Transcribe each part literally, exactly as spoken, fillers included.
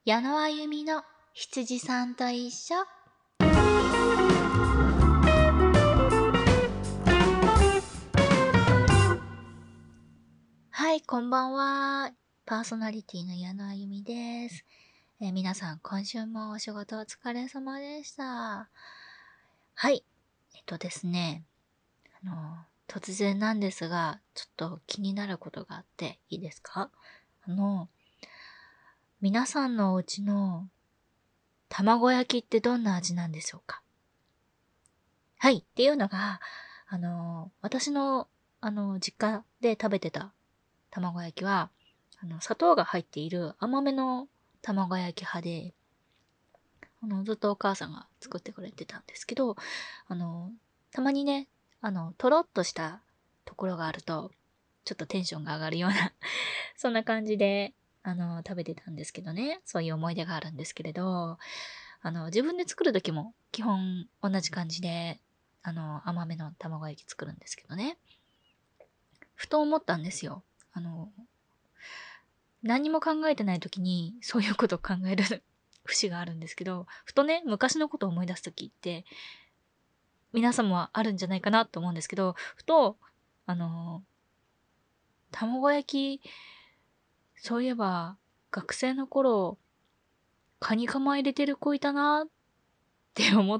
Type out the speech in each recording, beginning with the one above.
矢野あゆみの羊さんと一緒。はい、こんばんは。パーソナリティの矢野あゆみです。えー皆さん、今週もお仕事お疲れ様でした。はい、えっとですね、あの、突然なんですが、ちょっと気になることがあっていいですか？あの、皆さんのお家の卵焼きってどんな味なんでしょうか？はい。っていうのが、あの、私の、あの、実家で食べてた卵焼きは、あの、砂糖が入っている甘めの卵焼き派で、あの、ずっとお母さんが作ってくれてたんですけど、あの、たまにね、あの、とろっとしたところがあると、ちょっとテンションが上がるようなそんな感じで、あの、食べてたんですけどね。そういう思い出があるんですけれど、あの、自分で作るときも基本同じ感じで、あの、甘めの卵焼き作るんですけどね。ふと思ったんですよ。あの、何にも考えてないときにそういうことを考える節があるんですけど、ふとね、昔のことを思い出すときって、皆さんもあるんじゃないかなと思うんですけど、ふと、あの、卵焼き、そういえば、学生の頃、カニカマ入れてる子いたなって思って、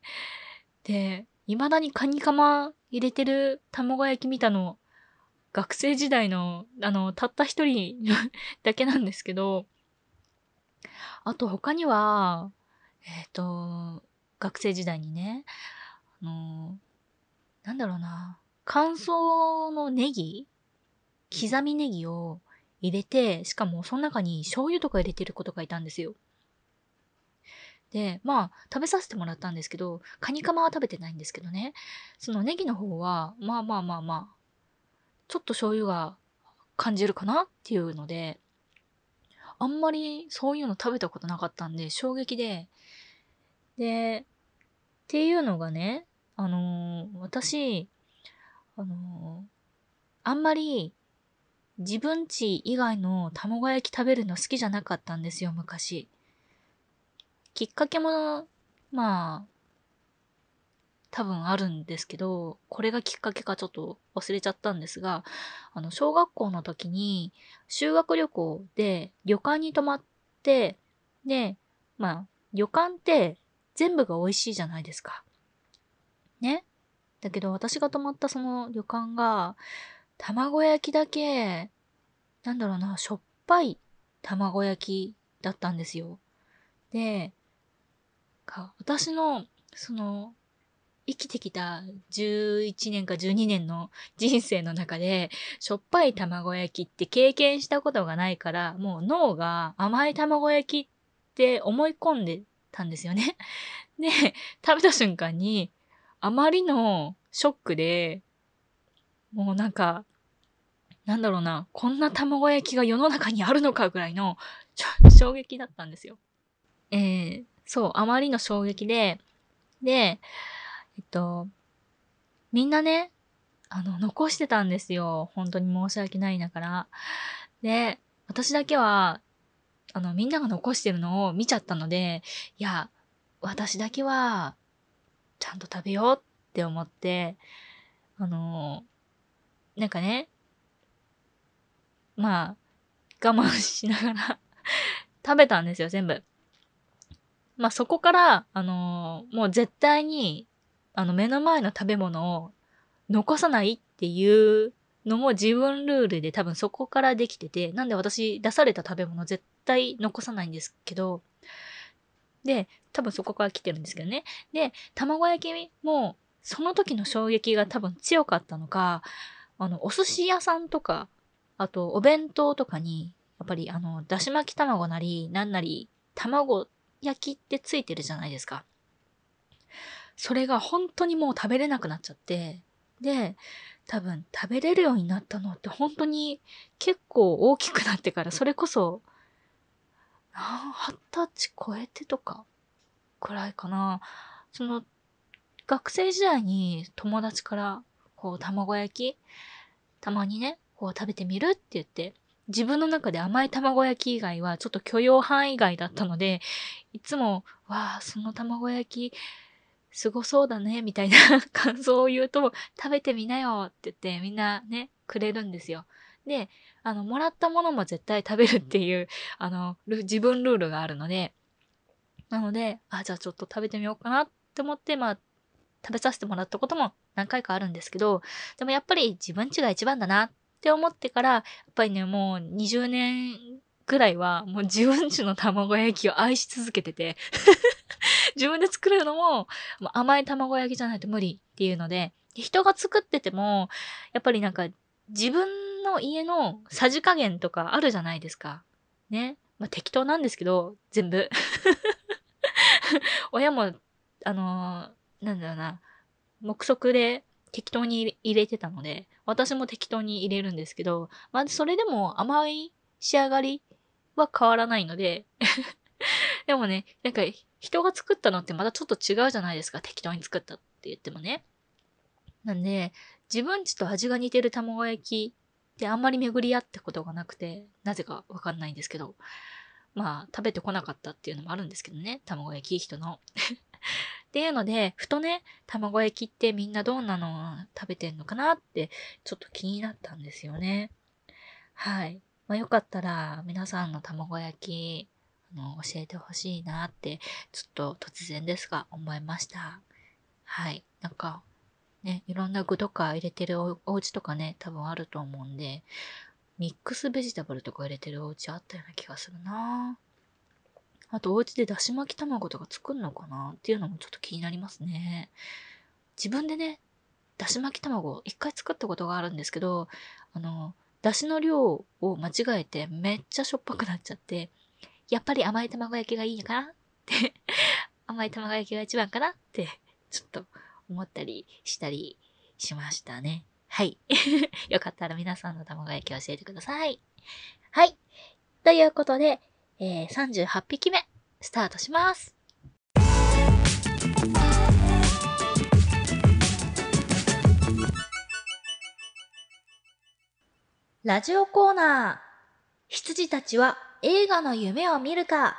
で、未だにカニカマ入れてる卵焼き見たの、学生時代の、あの、たった一人だけなんですけど、あと他には、えっと、学生時代にね、あの、なんだろうな、乾燥のネギ刻みネギを入れて、しかもその中に醤油とか入れてる子とかいたんですよ。で、まあ、食べさせてもらったんですけど、カニカマは食べてないんですけどね。そのネギの方は、まあまあまあまあ、ちょっと醤油が感じるかなっていうので、あんまりそういうの食べたことなかったんで、衝撃で、で、っていうのがね、あのー私、あのーあんまり自分家以外の卵焼き食べるの好きじゃなかったんですよ、昔。きっかけも、まあ、多分あるんですけど、これがきっかけかちょっと忘れちゃったんですが、あの、小学校の時に修学旅行で旅館に泊まって、で、まあ、旅館って全部が美味しいじゃないですか。ね。だけど私が泊まったその旅館が、卵焼きだけ、なんだろうな、しょっぱい卵焼きだったんですよ。で、か私の、その、生きてきたじゅういちねんかじゅうにねんの人生の中で、しょっぱい卵焼きって経験したことがないから、もう脳が甘い卵焼きって思い込んでたんですよね。で、食べた瞬間に、あまりのショックで、もうなんか、なんだろうな、こんな卵焼きが世の中にあるのかぐらいの衝撃だったんですよ。えー、そう、あまりの衝撃で、で、えっと、みんなね、あの、残してたんですよ。本当に申し訳ないながら。で、私だけは、あの、みんなが残してるのを見ちゃったので、いや、私だけは、ちゃんと食べようって思って、あの、なんかね、まあ、我慢しながら食べたんですよ、全部。まあ、そこから、あの、もう絶対に、あの、目の前の食べ物を残さないっていうのも自分ルールで多分そこからできてて、なんで私出された食べ物絶対残さないんですけど、で、多分そこから来てるんですけどね。で、卵焼きもその時の衝撃が多分強かったのか、あの、お寿司屋さんとか、あとお弁当とかに、やっぱりあの、だし巻き卵なり、なんなり、卵焼きってついてるじゃないですか。それが本当にもう食べれなくなっちゃって、で、多分食べれるようになったのって本当に結構大きくなってから、それこそ、二十歳超えてとかくらいかな。その、学生時代に友達から、こう、卵焼き、たまにね、こう食べてみるって言って、 自分の中で甘い卵焼き以外はちょっと許容範囲外だったので、いつも、わあ、その卵焼き、すごそうだね、みたいな感想を言うと、食べてみなよって言ってみんなね、くれるんですよ。で、あの、もらったものも絶対食べるっていう、あの、ル自分ルールがあるので、なので、あ、じゃあちょっと食べてみようかなって思って、まあ、食べさせてもらったことも何回かあるんですけど、でもやっぱり自分家が一番だなって思ってから、やっぱりね、もうにじゅうねんぐらいは、もう自分家の卵焼きを愛し続けてて、自分で作るのも、もう甘い卵焼きじゃないと無理っていうので、人が作ってても、やっぱりなんか自分の家のさじ加減とかあるじゃないですか。ね。まあ適当なんですけど、全部。親も、あのーなんだろうな、目測で適当に入れてたので、私も適当に入れるんですけど、まあそれでも甘い仕上がりは変わらないので、でもね、なんか人が作ったのってまたちょっと違うじゃないですか、適当に作ったって言ってもね。なんで、自分ちと味が似てる卵焼きってあんまり巡り合ったことがなくて、なぜかわかんないんですけど、まあ食べてこなかったっていうのもあるんですけどね、卵焼き人の。っていうので、ふとね、卵焼きってみんなどんなのを食べてんのかなって、ちょっと気になったんですよね。はい。まあ、よかったら、皆さんの卵焼き、あの、教えてほしいなって、ちょっと突然ですが、思いました。はい。なんか、ね、いろんな具とか入れてるお、お家とかね、多分あると思うんで、ミックスベジタブルとか入れてるお家あったような気がするな。あと、お家でだし巻き卵とか作るのかなっていうのもちょっと気になりますね。自分でね、だし巻き卵を一回作ったことがあるんですけど、あの、だしの量を間違えてめっちゃしょっぱくなっちゃって、やっぱり甘い卵焼きがいいのかなって甘い卵焼きが一番かなって、ちょっと思ったりしたりしましたね。はい。よかったら皆さんの卵焼き教えてください。はい。ということで、えー、さんじゅうはちぴきめ、スタートします。ラジオコーナー。羊たちは映画の夢を見るか。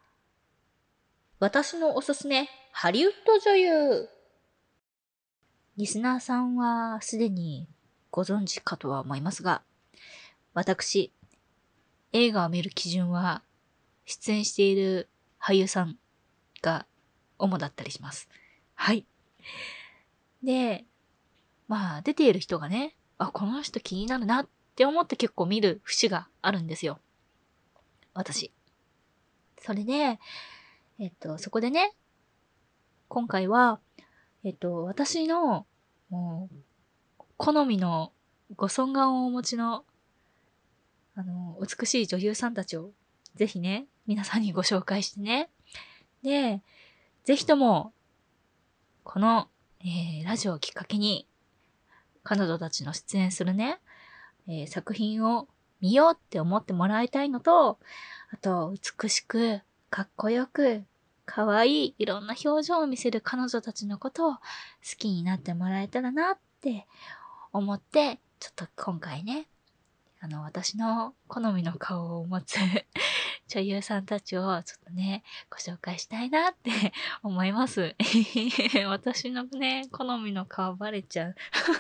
私のおすすめ、ハリウッド女優。リスナーさんはすでにご存知かとは思いますが、私、映画を見る基準は、出演している俳優さんが主だったりします。はい。で、まあ、出ている人がね、あ、この人気になるなって思って結構見る節があるんですよ。私。それで、えっと、そこでね、今回は、えっと、私の、もう、好みのご尊顔をお持ちの、あの、美しい女優さんたちを、ぜひね、皆さんにご紹介してね。で、ぜひとも、この、えー、ラジオをきっかけに、彼女たちの出演するね、えー、作品を見ようって思ってもらいたいのと、あと、美しく、かっこよく、かわいい、いろんな表情を見せる彼女たちのことを好きになってもらえたらなって思って、ちょっと今回ね、あの、私の好みの顔を持つ女優さんたちをちょっとね、ご紹介したいなって思います。私のね、好みの顔バレちゃう。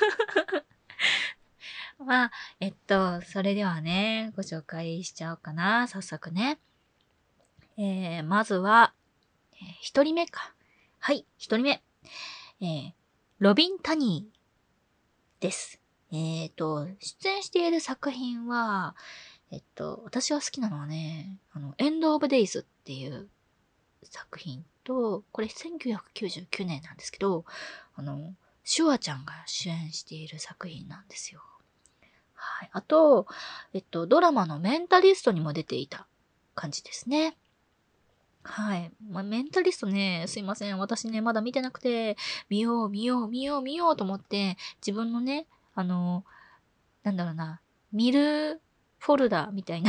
まあ、えっと、それではね、ご紹介しちゃおうかな。早速ね。えー、まずは、えー、一人目か。はい、一人目。えー、ロビン・タニーです。えっと、出演している作品は、えっと、私は好きなのはね、あの、エンド・オブ・デイズっていう作品と、これせんきゅうひゃくきゅうじゅうきゅうねんなんですけど、あの、シュワちゃんが主演している作品なんですよ。はい。あと、えっと、ドラマのメンタリストにも出ていた感じですね。はい。まあ、メンタリストね、すいません。私ね、まだ見てなくて、見よう、見よう、見よう、見ようと思って、自分のね、あの、なんだろうな、見るフォルダみたいな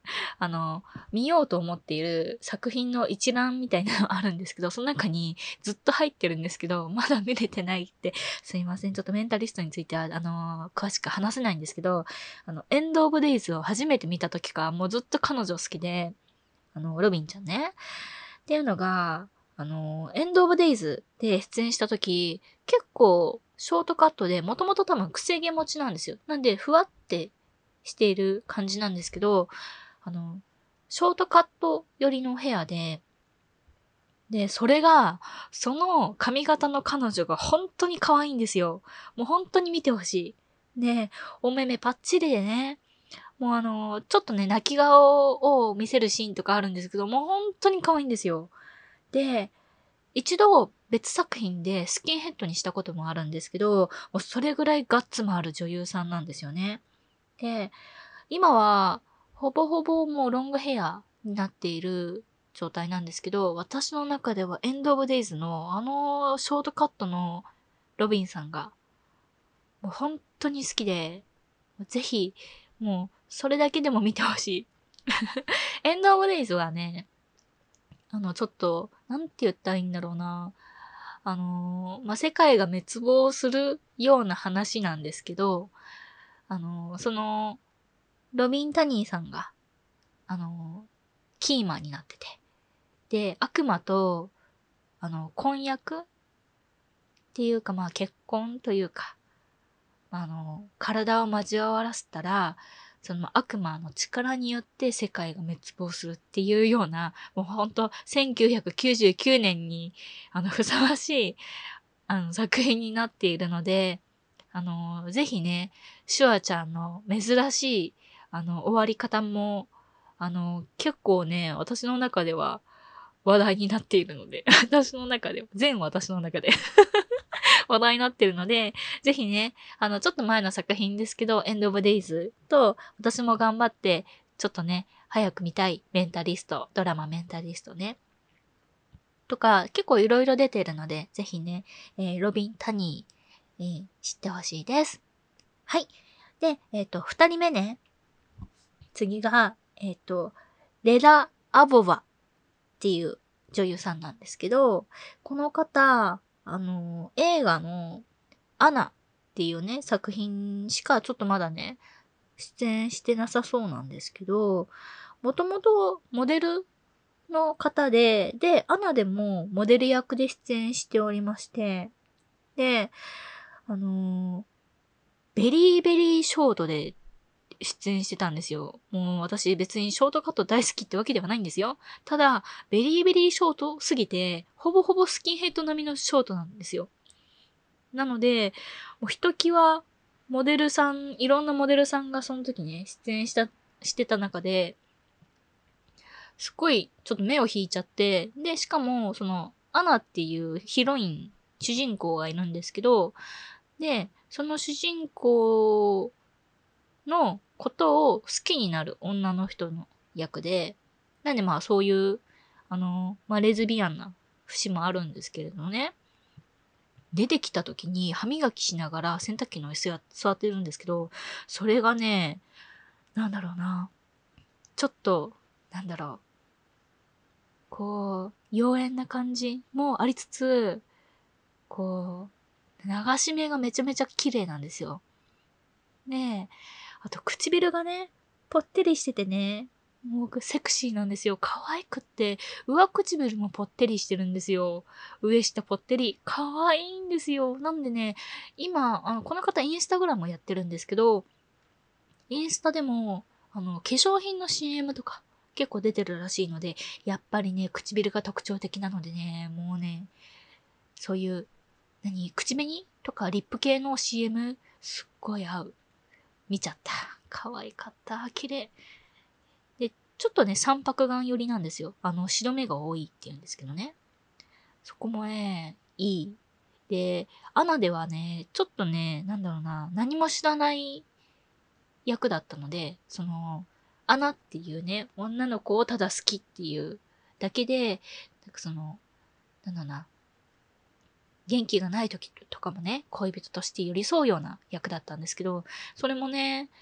あの、見ようと思っている作品の一覧みたいなのあるんですけど、その中にずっと入ってるんですけど、まだ見れてないって、すいません。ちょっとメンタリストについては、あのー詳しく話せないんですけど、あの、エンド・オブ・デイズを初めて見た時から、もうずっと彼女好きで、あの、ロビンちゃんね。っていうのが、あの、エンド・オブ・デイズで出演した時、結構、ショートカットで、もともと多分、くせ毛持ちなんですよ。なんで、ふわってしている感じなんですけど、あの、ショートカット寄りのヘアで、で、それが、その髪型の彼女が本当に可愛いんですよ。もう本当に見てほしい。で、お目目パッチリでね、もうあの、ちょっとね、泣き顔を見せるシーンとかあるんですけど、もう本当に可愛いんですよ。で、一度別作品でスキンヘッドにしたこともあるんですけど、もうそれぐらいガッツもある女優さんなんですよね。で、今は、ほぼほぼもうロングヘアになっている状態なんですけど、私の中ではエンド・オブ・デイズのあのショートカットのロビンさんが、もう本当に好きで、ぜひ、もうそれだけでも見てほしい。エンド・オブ・デイズはね、あの、ちょっと、なんて言ったらいいんだろうな。あのーまあ、世界が滅亡するような話なんですけど、あのーその、ロビン・タニーさんが、あの、キーマンになってて。で、悪魔と、あの、婚約っていうか、まあ結婚というか、あの、体を交わらせたら、その悪魔の力によって世界が滅亡するっていうような、もうほんとせんきゅうひゃくきゅうじゅうきゅうねんに、あの、ふさわしい、あの、作品になっているので、あの、ぜひね、シュワちゃんの珍しい、あの、終わり方も、あの、結構ね、私の中では話題になっているので、私の中では、全私の中で話題になっているので、ぜひね、あの、ちょっと前の作品ですけど、エンド・オブ・デイズと、私も頑張って、ちょっとね、早く見たいメンタリスト、ドラマメンタリストね、とか、結構いろいろ出てるので、ぜひね、えーロビン・タニー、えー知ってほしいです。はい。で、えっ、と、二人目ね。次が、えっ、と、レラ・アボバっていう女優さんなんですけど、この方、あの、映画のアナっていうね、作品しかちょっとまだね、出演してなさそうなんですけど、もともとモデルの方で、で、アナでもモデル役で出演しておりまして、で、あのーベリーベリーショートで出演してたんですよ。もう私別にショートカット大好きってわけではないんですよ。ただ、ベリーベリーショートすぎて、ほぼほぼスキンヘッド並みのショートなんですよ。なので、もうひときわモデルさん、いろんなモデルさんがその時ね、出演した、してた中で、すっごいちょっと目を引いちゃって、で、しかも、その、アナっていうヒロイン、主人公がいるんですけど、で、その主人公のことを好きになる女の人の役で、なんでまあそういう、あの、まあレズビアンな節もあるんですけれどね。出てきた時に歯磨きしながら洗濯機の椅子や座ってるんですけど、それがね、なんだろうな。ちょっと、なんだろう。こう、妖艶な感じもありつつ、こう、流し目がめちゃめちゃ綺麗なんですよ。ねえ。あと唇がね、ぽってりしててね、もうセクシーなんですよ。可愛くって、上唇もぽってりしてるんですよ。上下ぽってり。可愛いんですよ。なんでね、今、あの、この方インスタグラムをやってるんですけど、インスタでも、あの、化粧品の シーエム とか結構出てるらしいので、やっぱりね、唇が特徴的なのでね、もうね、そういう、何、口紅とかリップ系の シーエム、すっごい合う。見ちゃった。可愛かった。綺麗。で、ちょっとね、三白眼寄りなんですよ。あの、白目が多いって言うんですけどね。そこもね、いい。で、アナではね、ちょっとね、なんだろうな、何も知らない役だったので、その、アナっていうね、女の子をただ好きっていうだけで、なんかその、なんだろうな、元気がない時とかもね、恋人として寄り添うような役だったんですけど、それもね、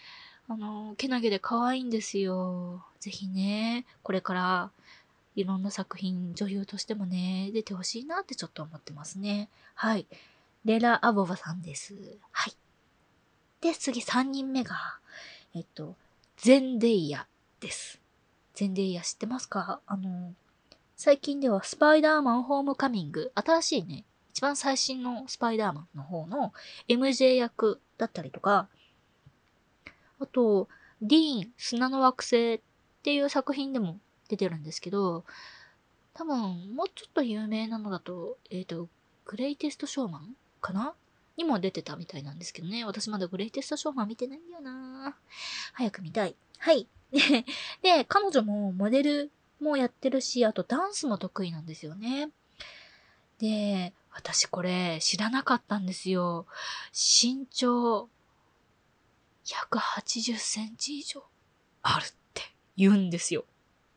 あの、けなげで可愛いんですよ。ぜひね、これからいろんな作品、女優としてもね、出てほしいなってちょっと思ってますね。はい。レラ・アボバさんです。はい。で、次さんにんめが、えっと、ゼンデイヤです。ゼンデイヤ知ってますか？あの、最近ではスパイダーマンホームカミング、新しいね、一番最新のスパイダーマンの方の エムジェー 役だったりとか、あと、ディーン、砂の惑星っていう作品でも出てるんですけど、多分、もうちょっと有名なのだと、えっと、グレイテストショーマンかなにも出てたみたいなんですけどね。私まだグレイテストショーマン見てないんだよな。早く見たい。はい。で、で彼女もモデルもやってるし、あとダンスも得意なんですよね。で、私これ知らなかったんですよ。身長ひゃくはちじゅっセンチ以上あるって言うんですよ。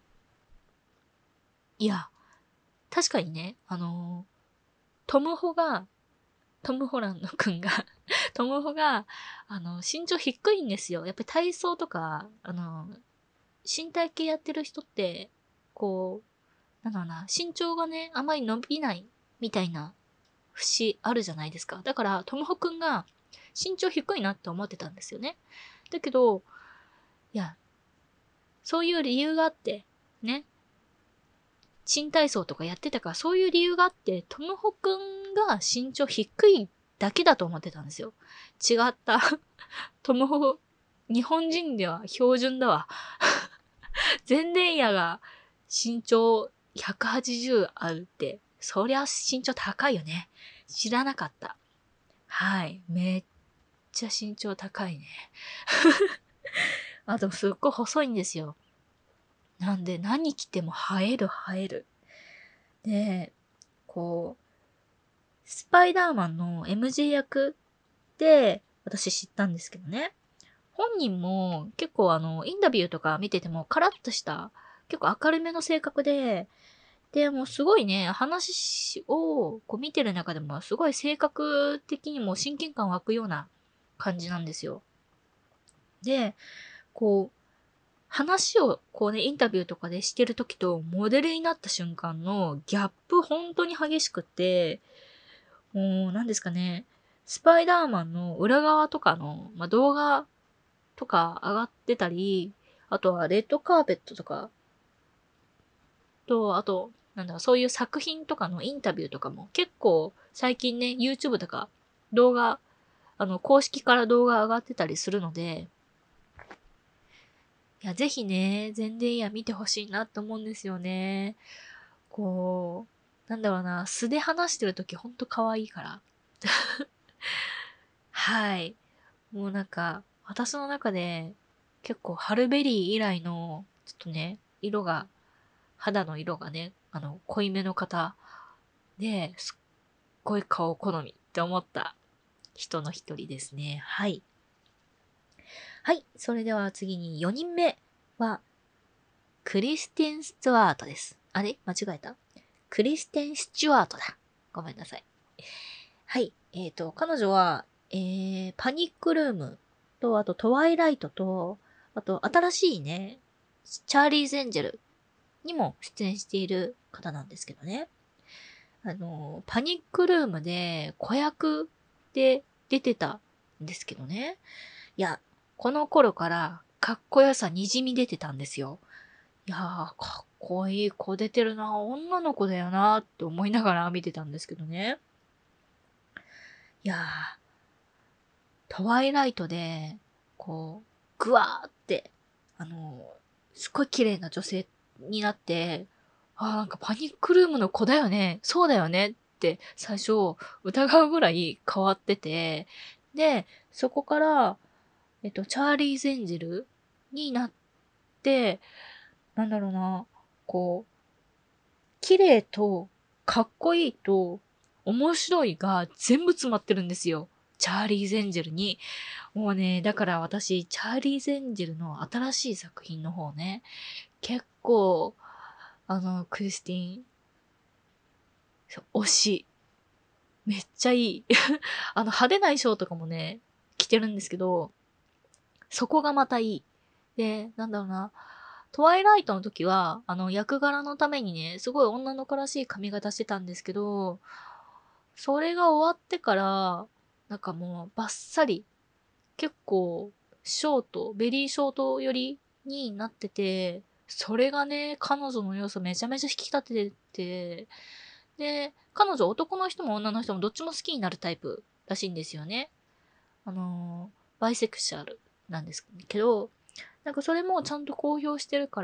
いや、確かにね、あのトムホが、トム・ホランドくんがトムホが、あの、身長低いんですよ。やっぱり体操とか、あの、身体系やってる人って、こう、なんだろうな、身長がね、あまり伸びないみたいな節あるじゃないですか。だから、トムホくんが身長低いなって思ってたんですよね。だけど、いや、そういう理由があって、ね、新体操とかやってたから、そういう理由があって、トムホくんが身長低いだけだと思ってたんですよ。違った。トムホ、日本人では標準だわ。ゼンデイヤが身長ひゃくはちじゅうあるって、そりゃ身長高いよね。知らなかった。はい。めっちゃ身長高いね。あと、すっごい細いんですよ。なんで、何着ても映える映える。で、こう、スパイダーマンの エムジェー 役で私知ったんですけどね。本人も結構あの、インタビューとか見ててもカラッとした結構明るめの性格で、で、もうすごいね、話をこう見てる中でもすごい性格的にも親近感湧くような感じなんですよ。で、こう、話をこうね、インタビューとかでしてる時とモデルになった瞬間のギャップ本当に激しくて、もう何ですかね、スパイダーマンの裏側とかの、まあ、動画とか上がってたり、あとはレッドカーペットとか、と、あと、なんだろう、そういう作品とかのインタビューとかも結構最近ね、YouTube とか動画、あの、公式から動画上がってたりするので、いや、ぜひね、全然いや見てほしいなって思うんですよね。こう、なんだろうな、素で話してるときほんと可愛いから。はい。もうなんか、私の中で結構ハルベリー以来の、ちょっとね、色が、肌の色がね、あの、濃いめの方で、すっごい顔好みって思った人の一人ですね。はい。はい。それでは次によにんめは、クリステン・スチュワートです。あれ間違えたクリステン・スチュワートだ。ごめんなさい。はい。えっ、ー、と、彼女は、えー、パニックルームと、あとトワイライトと、あと新しいね、チャーリーズ・エンジェルにも出演している方なんですけどね。あの、パニックルームで子役で出てたんですけどね。いや、この頃からかっこよさにじみ出てたんですよ。いやー、かっこいい子出てるな、女の子だよなって思いながら見てたんですけどね。いやー、トワイライトで、こう、ぐわーって、あの、すっごい綺麗な女性になって、あーなんかパニックルームの子だよね、そうだよねって最初疑うぐらい変わってて、で、そこから、えっと、チャーリーズ・エンジェルになって、なんだろうな、こう、綺麗と、かっこいいと、面白いが全部詰まってるんですよ。チャーリーズ・エンジェルに。もうね、だから私、チャーリーズ・エンジェルの新しい作品の方ね、結構、あの、クリスティン、推し。めっちゃいい。あの、派手な衣装とかもね、着てるんですけど、 そこがまたいい。で、なんだろうな。トワイライトの時は、あの、役柄のためにね、すごい女の子らしい髪型してたんですけど、それが終わってから、なんかもうバッサリ、結構、ショート、ベリーショート寄りになってて、それがね、彼女の要素めちゃめちゃ引き立ててて、で、彼女男の人も女の人もどっちも好きになるタイプらしいんですよね。あのーバイセクシャルなんですけど、なんかそれもちゃんと公表してるから、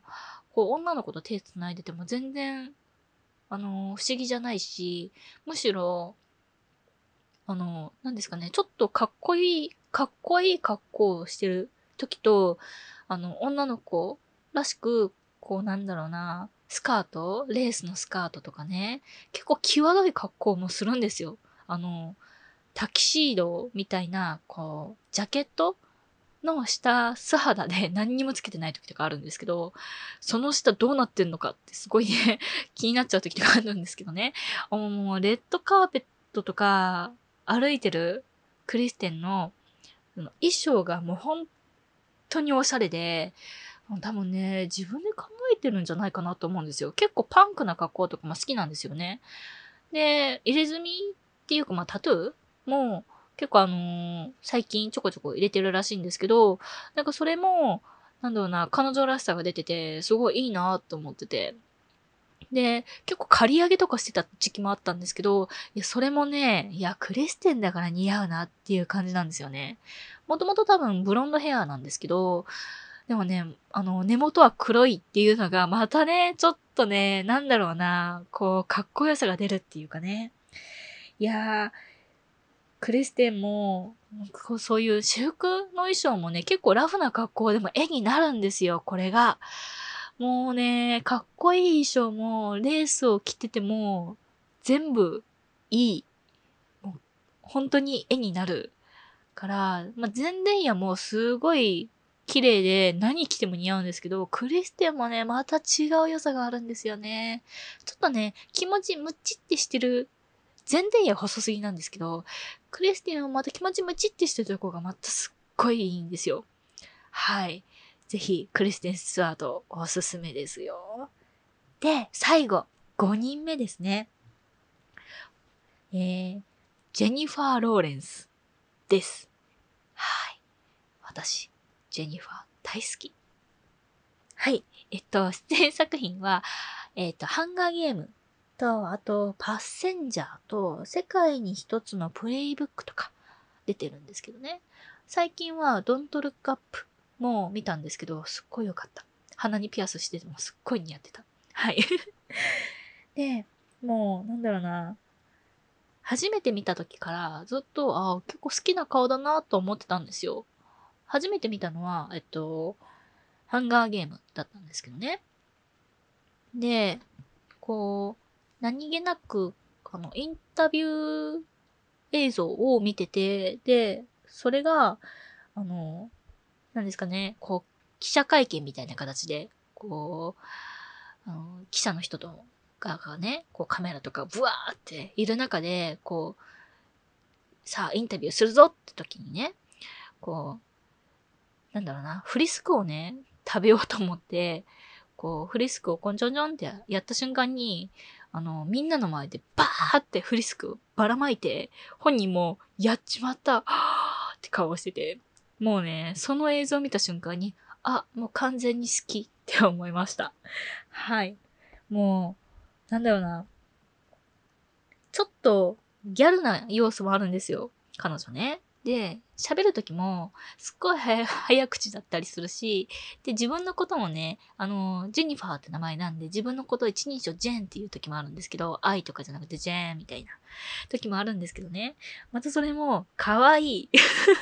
こう女の子と手繋いでても全然、あのー不思議じゃないし、むしろ、あのーなんですかね、ちょっとかっこいい、かっこいい格好をしてる時と、あの、女の子らしく、こうなんだろうな、スカート、レースのスカートとかね、結構際どい格好もするんですよ。あの、タキシードみたいな、こう、ジャケットの下、素肌で何にもつけてない時とかあるんですけど、その下どうなってんのかってすごいね、気になっちゃう時とかあるんですけどね。もう、レッドカーペットとか歩いてるクリステンの衣装がもう本当におしゃれで、多分ね、自分で考えてるんじゃないかなと思うんですよ。結構パンクな格好とかも好きなんですよね。で、入れ墨っていうか、まあ、タトゥーも結構あのー最近ちょこちょこ入れてるらしいんですけど、なんかそれも、なんだろうな、彼女らしさが出てて、すごいいいなと思ってて。で、結構刈り上げとかしてた時期もあったんですけど、いや、それもね、いや、クリステンだから似合うなっていう感じなんですよね。もともと多分ブロンドヘアなんですけど、でもね、あの、根元は黒いっていうのが、またね、ちょっとね、なんだろうな、こう、かっこよさが出るっていうかね。いやー、クリステンも、こうそういう私服の衣装もね、結構ラフな格好でも絵になるんですよ、これが。もうね、かっこいい衣装も、レースを着てても、全部いい。もう本当に絵になる。から、まあ、全然やもうすごい綺麗で何着ても似合うんですけど、クリステンもね、また違う良さがあるんですよね。ちょっとね、気持ちムチってしてる、全然や細すぎなんですけど、クリステンもまた気持ちムチってしてるところがまたすっごいいいんですよ。はい。ぜひ、クリステン・スチュワートおすすめですよ。で、最後、ごにんめですね。えー、ジェニファー・ローレンスです。はい。私、ジェニファー大好き。はい。えっと、出演作品は、えっと、ハンガーゲームと、あと、パッセンジャーと、世界に一つのプレイブックとか出てるんですけどね。最近は、ドントルックアップも見たんですけど、すっごい良かった。鼻にピアスしててもすっごい似合ってた。はい。で、もう、なんだろうな。初めて見た時からずっと、ああ、結構好きな顔だなと思ってたんですよ。初めて見たのは、えっと、ハンガーゲームだったんですけどね。で、こう、何気なく、あの、インタビュー映像を見てて、で、それが、あの、なんですかね、こう、記者会見みたいな形で、こう、あの記者の人とかがね、こうカメラとかブワーっている中で、こう、さあインタビューするぞって時にね、こう、なんだろうな、フリスクをね、食べようと思って、こう、フリスクをコンチョンチョンってやった瞬間に、あの、みんなの前でバーってフリスクをばらまいて、本人もやっちまった、はーって顔をしてて、もうね、その映像を見た瞬間に、あ、もう完全に好きって思いました。はい。もう、なんだろうな、ちょっとギャルな要素もあるんですよ。彼女ね。で、喋るときも、すっごい早早口だったりするし、で、自分のこともね、あの、ジェニファーって名前なんで、自分のことを一人称ジェーンっていう時もあるんですけど、愛とかじゃなくてジェーンみたいな時もあるんですけどね。またそれも、可愛い。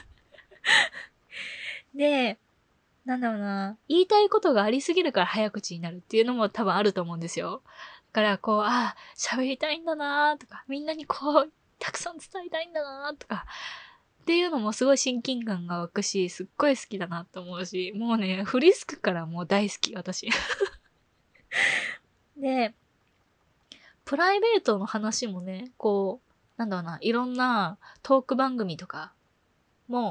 で、なんだろうな、言いたいことがありすぎるから早口になるっていうのも多分あると思うんですよ。だから、こう、ああ、喋りたいんだなーとか、みんなにこう、たくさん伝えたいんだなーとか、っていうのもすごい親近感が湧くし、すっごい好きだなと思うし、もうね、フリスクからもう大好き、私。で、プライベートの話もね、こう、なんだろうな、いろんなトーク番組とかも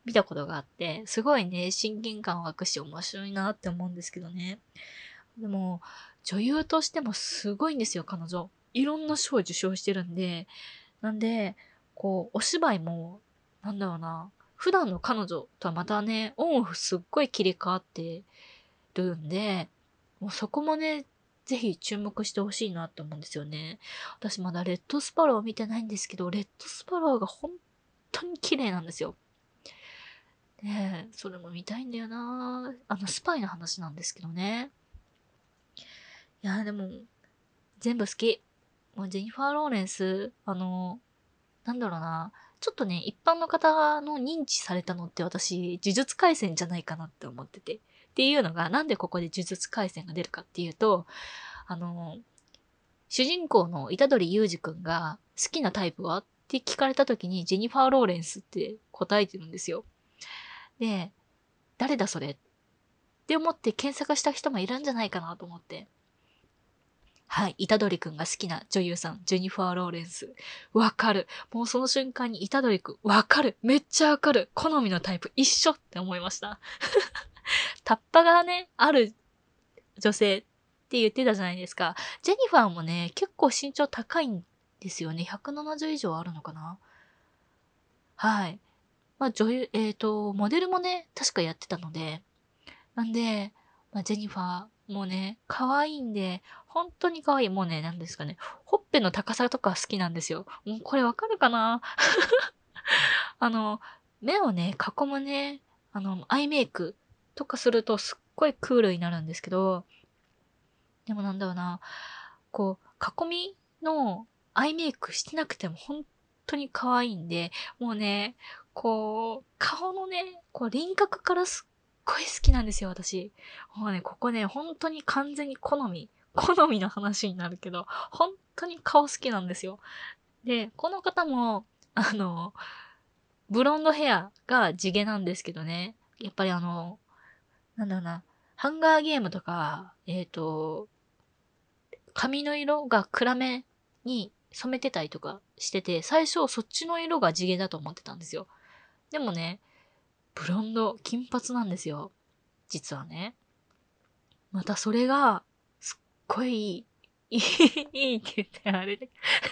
見たことがあって、すごいね、親近感湧くし面白いなって思うんですけどね。でも、女優としてもすごいんですよ、彼女。いろんな賞を受賞してるんで、なんで、こう、お芝居も、なんだろうな、普段の彼女とはまたね、オンオフすっごい切り替わってるんで、もうそこもね、ぜひ注目してほしいなって思うんですよね。私まだレッドスパロー見てないんですけど、レッドスパローが本当に綺麗なんですよ。ねえ、それも見たいんだよな。あの、スパイの話なんですけどね。いや、でも、全部好き。もうジェニファー・ローレンス、あの、なんだろうな。ちょっとね、一般の方の認知されたのって私、呪術廻戦じゃないかなって思ってて。っていうのが、なんでここで呪術廻戦が出るかっていうと、あの、主人公の虎杖裕二くんが好きなタイプはって聞かれた時にジェニファー・ローレンスって答えてるんですよ。で、誰だそれって思って検索した人もいるんじゃないかなと思って。はい。虎杖くんが好きな女優さん、ジェニファー・ローレンス。わかる。もうその瞬間に虎杖くん、わかる。めっちゃわかる。好みのタイプ一緒って思いました。タッパがね、ある女性って言ってたじゃないですか。ジェニファーもね、結構身長高いんですよね。ひゃくななじゅう以上あるのかな。はい。まあ女優、えっと、モデルもね、確かやってたので、なんで、まあ、ジェニファーもね、可愛いんで、本当に可愛い。もうね、なんですかね、ほっぺの高さとか好きなんですよ。もうこれわかるかな。あの、目をね、囲むね、あの、アイメイクとかするとすっごいクールになるんですけど、でもなんだろうな、こう、囲みのアイメイクしてなくても本当に可愛いんで、もうね、こう、顔のね、こう輪郭からすっごい好きなんですよ、私。もうね、ここね、本当に完全に好み、好みの話になるけど、本当に顔好きなんですよ。で、この方も、あの、ブロンドヘアが地毛なんですけどね、やっぱりあの、なんだろうな、ハンガーゲームとか、えっと、髪の色が暗めに染めてたりとかしてて、最初そっちの色が地毛だと思ってたんですよ。でもね、ブロンド、金髪なんですよ。実はね。またそれが、すっごいいい、いいって言ってあれで。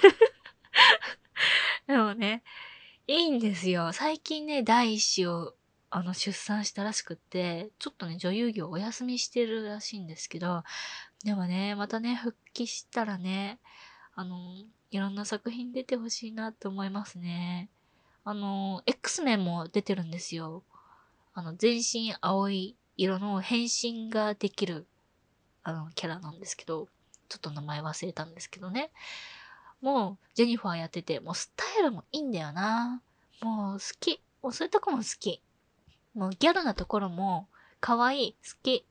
でもね、いいんですよ。最近ね、第一子を、あの、出産したらしくって、ちょっとね、女優業お休みしてるらしいんですけど、でもね、またね、復帰したらね、あの、いろんな作品出てほしいなって思いますね。あの、X メンも出てるんですよ。あの、全身青い色の変身ができる、あの、キャラなんですけど、ちょっと名前忘れたんですけどね。もう、ジェニファーやってて、もうスタイルもいいんだよな。もう好き。もうそういうとこも好き。もうギャルなところも、可愛い、好き。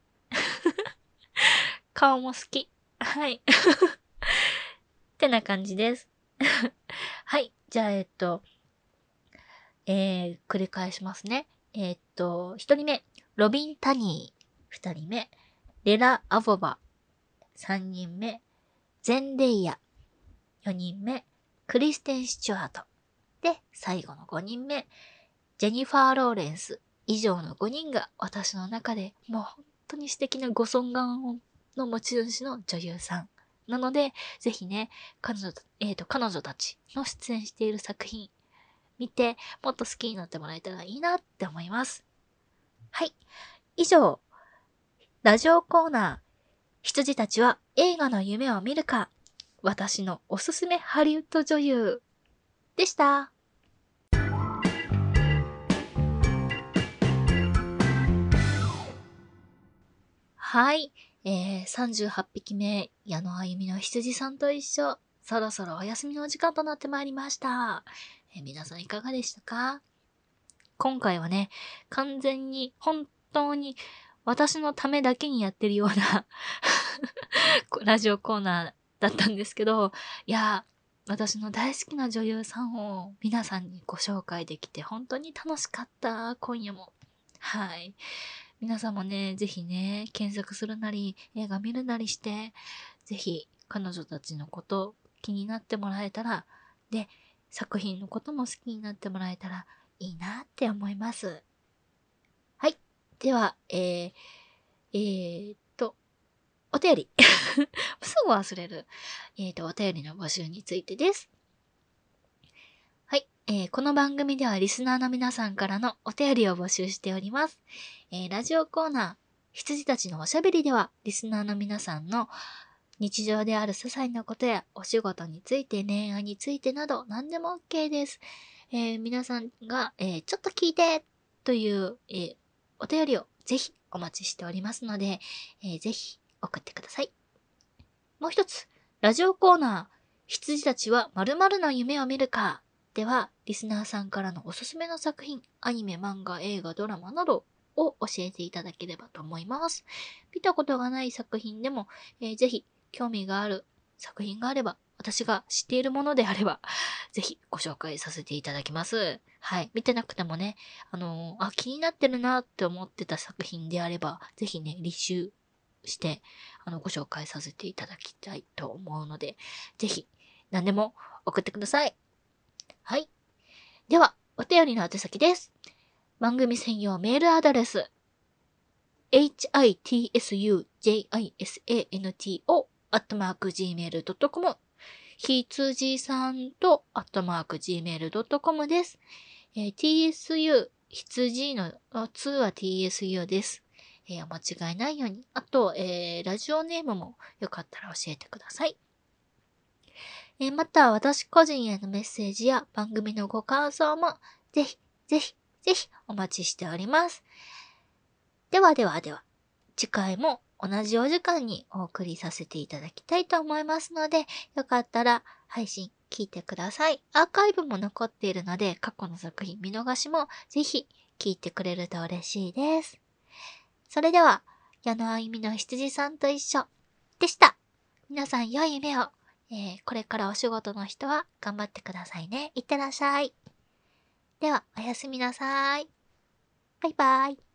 顔も好き。はい。ってな感じです。はい。じゃあ、えっと、えー、繰り返しますね。えーっと、一人目、ロビン・タニー。二人目、レラ・アボバ。三人目、ゼンデイヤ。四人目、クリステン・スチュアート。で、最後の五人目、ジェニファー・ローレンス。以上の五人が私の中でもう本当に素敵なご尊顔の持ち主の女優さん。なので、ぜひね、彼女、えーと、彼女たちの出演している作品、見て、もっと好きになってもらえたらいいなって思います。はい。以上、ラジオコーナー、羊たちは映画の夢を見るか、私のおすすめハリウッド女優でした。はい。えー、さんじゅうはちぴきめ、矢野あゆみの羊さんと一緒。そろそろお休みのお時間となってまいりました。えー皆さんいかがでしたか？今回はね、完全に、本当に、私のためだけにやってるようなラジオコーナーだったんですけど、いや、私の大好きな女優さんを皆さんにご紹介できて本当に楽しかった、今夜も。はい。皆さんもね、ぜひね、検索するなり、映画見るなりして、ぜひ彼女たちのこと気になってもらえたら、で、作品のことも好きになってもらえたらいいなって思います。 では、えー、えー、っと、お便り。すぐ忘れる。えー、っと、お便りの募集についてです。はい、えー。この番組ではリスナーの皆さんからのお便りを募集しております。えー、ラジオコーナー、羊たちのおしゃべりでは、リスナーの皆さんの日常である些細なことやお仕事について、恋愛についてなど何でも OK です。えー、皆さんが、えー、ちょっと聞いてという、えー、お便りをぜひお待ちしておりますので、えー、ぜひ送ってください。もう一つ、ラジオコーナー、羊たちは〇〇の夢を見るかでは、リスナーさんからのおすすめの作品、アニメ、漫画、映画、ドラマなどを教えていただければと思います。見たことがない作品でも、えー、ぜひ興味がある作品があれば、私が知っているものであれば、ぜひご紹介させていただきます。はい。見てなくてもね、あのー、あ、気になってるなって思ってた作品であれば、ぜひね、履修して、あの、ご紹介させていただきたいと思うので、ぜひ、何でも送ってください。はい。では、お便りの宛先です。番組専用メールアドレス、エイチアイティーエスユージェイアイエスエーエヌティーオー アットマーク ジーメールドットコム ひつじさんとアットマーク ジーメールドットコム です。えー、ティーエスユー、羊のには ティーエスユー です。えー、お間違いないように。あと、えー、ラジオネームもよかったら教えてください。えー、また、私個人へのメッセージや番組のご感想も、ぜひ、ぜひ、ぜひお待ちしております。ではではでは、次回も同じお時間にお送りさせていただきたいと思いますので、よかったら配信聞いてください。アーカイブも残っているので、過去の作品見逃しもぜひ聞いてくれると嬉しいです。それでは、矢野あゆみの羊さんと一緒でした。皆さん良い夢を、えー、これからお仕事の人は頑張ってくださいね。いってらっしゃい。では、おやすみなさい。バイバイ。